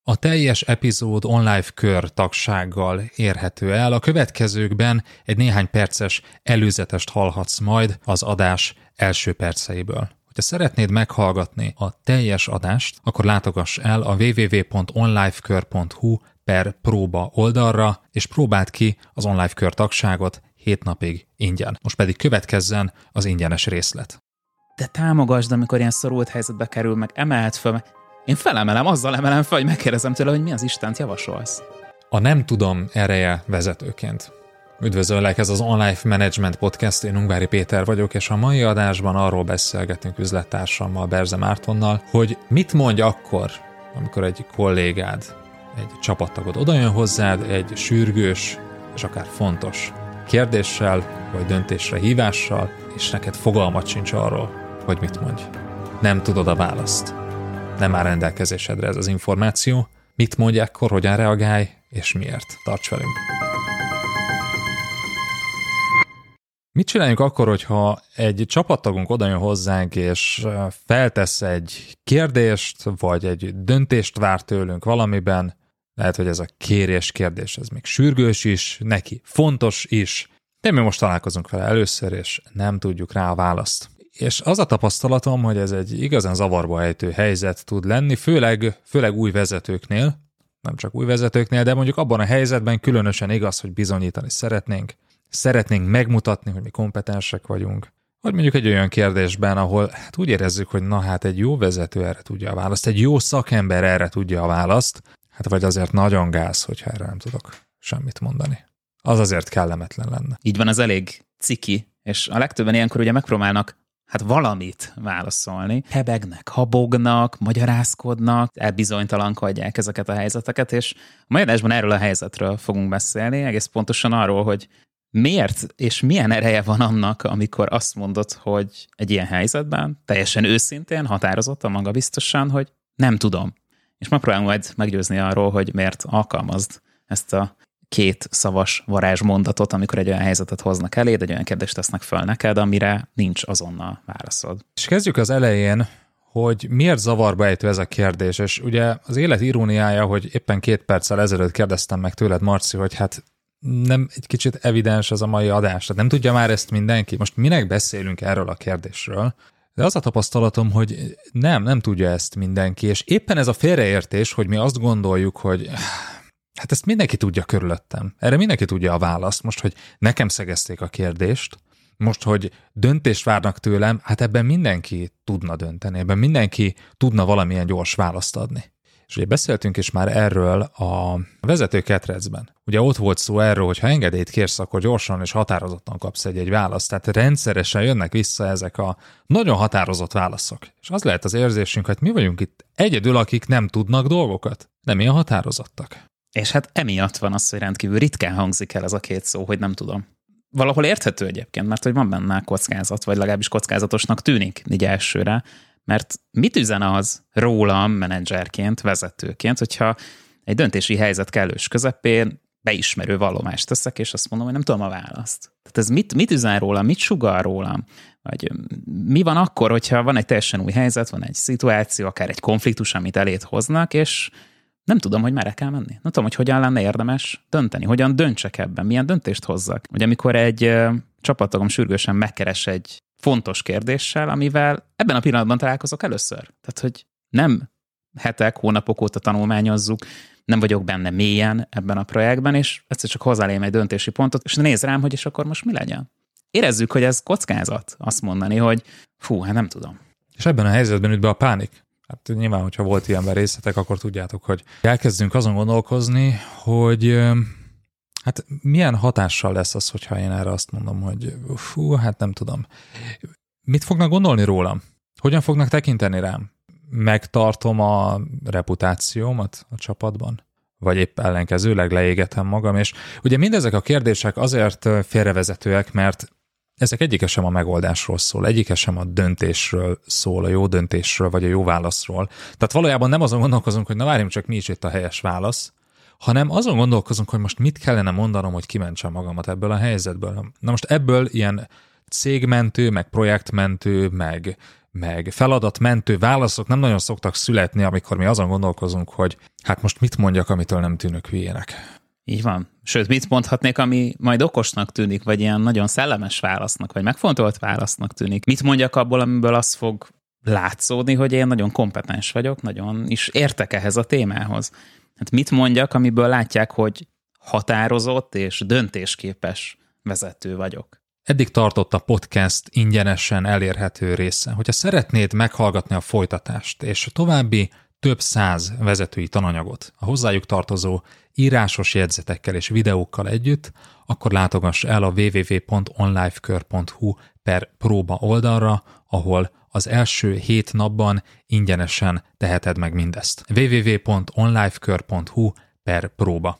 A teljes epizód online kör tagsággal érhető el. A következőkben egy néhány perces előzetest hallhatsz majd az adás első perceiből. Ha szeretnéd meghallgatni a teljes adást, akkor látogass el a www.onlifekör.hu/próba oldalra, és próbáld ki az online kör tagságot 7 napig ingyen. Most pedig következzen az ingyenes részlet. De támogasd, amikor ilyen szorult helyzetbe kerül, meg emeld föl. Én felemelem, azzal emelem fel, hogy megkérdezem tőle, hogy mi az Istent javasolsz. A nem tudom ereje vezetőként. Üdvözöllek, ez az Online Management Podcast, én Ungvári Péter vagyok, és a mai adásban arról beszélgetünk üzlettársammal, Berze Mártonnal, hogy mit mondj akkor, amikor egy kollégád, egy csapattagod odajön hozzád egy sürgős és akár fontos kérdéssel vagy döntésre hívással, és neked fogalmat sincs arról, hogy mit mondj. Nem tudod a választ. Nem áll rendelkezésedre ez az információ. Mit mondj ekkor, hogyan reagálj, és miért? Tarts velünk! Mit csináljunk akkor, hogyha egy csapattagunk odajön hozzánk, és feltesz egy kérdést, vagy egy döntést vár tőlünk valamiben? Lehet, hogy ez a kérdés, ez még sürgős is, neki fontos is, de mi most találkozunk vele először, és nem tudjuk rá a választ. És az a tapasztalatom, hogy ez egy igazán zavarba ejtő helyzet tud lenni, főleg új vezetőknél, nem csak új vezetőknél, de mondjuk abban a helyzetben különösen igaz, hogy bizonyítani szeretnénk megmutatni, hogy mi kompetensek vagyunk. Vagy mondjuk egy olyan kérdésben, ahol úgy érezzük, hogy egy jó vezető erre tudja a választ, egy jó szakember erre tudja a választ, vagy azért nagyon gáz, hogyha erre nem tudok semmit mondani. Az azért kellemetlen lenne. Így van, az elég ciki, és a legtöbben ilyenkor ugye megpróbálnak valamit válaszolni. Hebegnek, habognak, magyarázkodnak, elbizonytalankodják ezeket a helyzeteket, és a mai adásban erről a helyzetről fogunk beszélni, egész pontosan arról, hogy miért és milyen ereje van annak, amikor azt mondod, hogy egy ilyen helyzetben teljesen őszintén, határozottan, magabiztosan, hogy nem tudom. És megpróbálunk majd meggyőzni arról, hogy miért alkalmazd ezt a 2 szavas varázsmondatot, amikor egy olyan helyzetet hoznak eléd, egy olyan kérdést tesznek föl neked, amire nincs azonnal válaszod. És kezdjük az elején, hogy miért zavarba ejtő ez a kérdés, és ugye az élet iróniája, hogy éppen 2 perccel ezelőtt kérdeztem meg tőled, Marci, hogy nem egy kicsit evidens ez a mai adás, tehát nem tudja már ezt mindenki. Most minek beszélünk erről a kérdésről? De az a tapasztalatom, hogy nem tudja ezt mindenki, és éppen ez a félreértés, hogy mi azt gondoljuk, hogy ezt mindenki tudja körülöttem. Erre mindenki tudja a választ. Most, hogy nekem szegezték a kérdést, most, hogy döntést várnak tőlem, ebben mindenki tudna dönteni, ebben mindenki tudna valamilyen gyors választ adni. És ugye beszéltünk is már erről a vezetőketrecben. Ugye ott volt szó erről, hogy ha engedélyt kérsz, akkor gyorsan és határozottan kapsz egy választ. Tehát rendszeresen jönnek vissza ezek a nagyon határozott válaszok. És az lehet az érzésünk, hogy mi vagyunk itt egyedül, akik nem tudnak dolgokat. Nem ilyen határozottak. És emiatt van az, hogy rendkívül ritkán hangzik el ez a 2 szó, hogy nem tudom. Valahol érthető egyébként, mert hogy van benne kockázat, vagy legalábbis kockázatosnak tűnik így elsőre, mert mit üzen az rólam menedzserként, vezetőként, hogyha egy döntési helyzet kellős közepén beismerő vallomást teszek, és azt mondom, hogy nem tudom a választ. Tehát ez mit üzen rólam, mit sugal rólam? Vagy mi van akkor, hogyha van egy teljesen új helyzet, van egy szituáció, akár egy konfliktus, amit eléd hoznak, és nem tudom, hogy merre kell menni. Nem tudom, hogy hogyan lenne érdemes dönteni. Hogyan döntsek ebben? Milyen döntést hozzak? Ugye amikor egy csapattagom sürgősen megkeres egy fontos kérdéssel, amivel ebben a pillanatban találkozok először. Tehát, hogy nem hetek, hónapok óta tanulmányozzuk, nem vagyok benne mélyen ebben a projektben, és egyszer csak hozzálém egy döntési pontot, és néz rám, hogy és akkor most mi legyen. Érezzük, hogy ez kockázat azt mondani, hogy nem tudom. És ebben a helyzetben üt be a pánik. Nyilván, hogyha volt ilyenben részletek, akkor tudjátok, hogy elkezdünk azon gondolkozni, hogy milyen hatással lesz az, hogyha én erre azt mondom, hogy nem tudom. Mit fognak gondolni rólam? Hogyan fognak tekinteni rám? Megtartom a reputációmat a csapatban? Vagy épp ellenkezőleg leégetem magam? És ugye mindezek a kérdések azért félrevezetőek, mert ezek egyike sem a megoldásról szól, egyike sem a döntésről szól, a jó döntésről, vagy a jó válaszról. Tehát valójában nem azon gondolkozunk, hogy várjunk csak, mi is itt a helyes válasz, hanem azon gondolkozunk, hogy most mit kellene mondanom, hogy kimentsem magamat ebből a helyzetből. Na most ebből ilyen cégmentő, meg projektmentő, meg meg feladatmentő válaszok nem nagyon szoktak születni, amikor mi azon gondolkozunk, hogy hát most mit mondjak, amitől nem tűnök hülyének. Így van. Sőt, mit mondhatnék, ami majd okosnak tűnik, vagy ilyen nagyon szellemes válasznak, vagy megfontolt válasznak tűnik. Mit mondjak abból, amiből az fog látszódni, hogy én nagyon kompetens vagyok, nagyon is értek ehhez a témához. Hát mit mondjak, amiből látják, hogy határozott és döntésképes vezető vagyok. Eddig tartott a podcast ingyenesen elérhető része. Hogyha szeretnéd meghallgatni a folytatást és további több 100 vezetői tananyagot a hozzájuk tartozó írásos jegyzetekkel és videókkal együtt, akkor látogass el a www.onlifekör.hu/próba oldalra, ahol az első 7 napban ingyenesen teheted meg mindezt. www.onlifekör.hu/próba